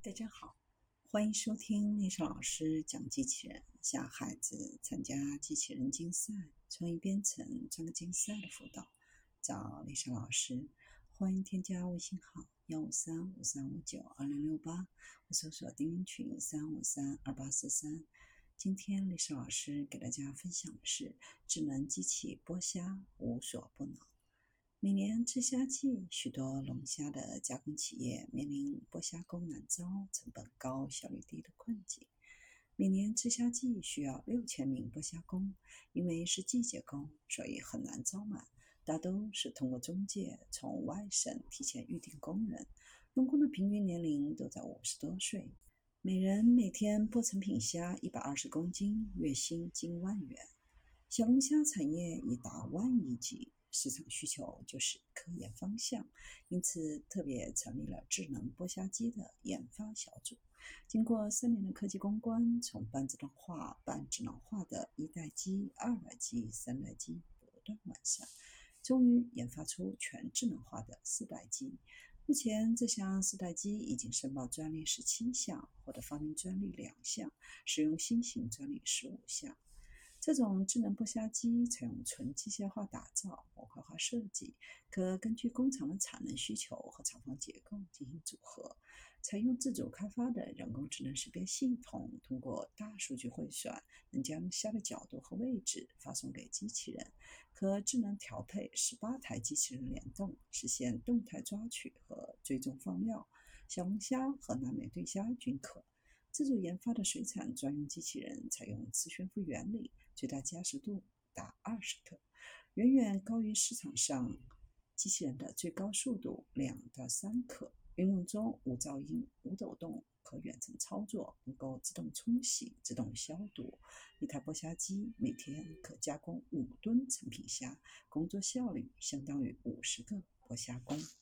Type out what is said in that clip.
大家好，欢迎收听丽莎老师讲机器人，向孩子参加机器人竞赛、创意编程、创客竞赛的辅导，找丽莎老师。欢迎添加微信号15353592068，或搜索钉钉群3532843。今天丽莎老师给大家分享的是智能机器剥虾无所不能。每年吃虾季，许多龙虾的加工企业面临剥虾工难招、成本高、效率低的困境。每年吃虾季需要6000名剥虾工，因为是季节工，所以很难招满，大都是通过中介从外省提前预定工人。农工的平均年龄都在50多岁，每人每天剥成品虾120公斤，月薪近万元。小龙虾产业已达万亿级，市场需求就是科研方向，因此特别成立了智能剥虾机的研发小组。经过3年的科技攻关，从半自动化、半智能化的1代机、2代机、3代机不断完善，终于研发出全智能化的4代机。目前这项4代机已经申报专利17项，获得发明专利2项，使用新型专利15项。这种智能剥虾机采用纯机械化打造、模块化设计，可根据工厂的产能需求和厂房结构进行组合。采用自主开发的人工智能识别系统，通过大数据汇算，能将虾的角度和位置发送给机器人，可智能调配18台机器人联动，实现动态抓取和追踪放料。小龙虾和南美对虾均可。自主研发的水产专用机器人采用磁悬浮原理，最大加速度达20克，远远高于市场上机器人的最高速度2到3克。运用中无噪音、无抖动，可远程操作，能够自动冲洗、自动消毒。一台剥虾机每天可加工5吨成品虾，工作效率相当于50个剥虾工。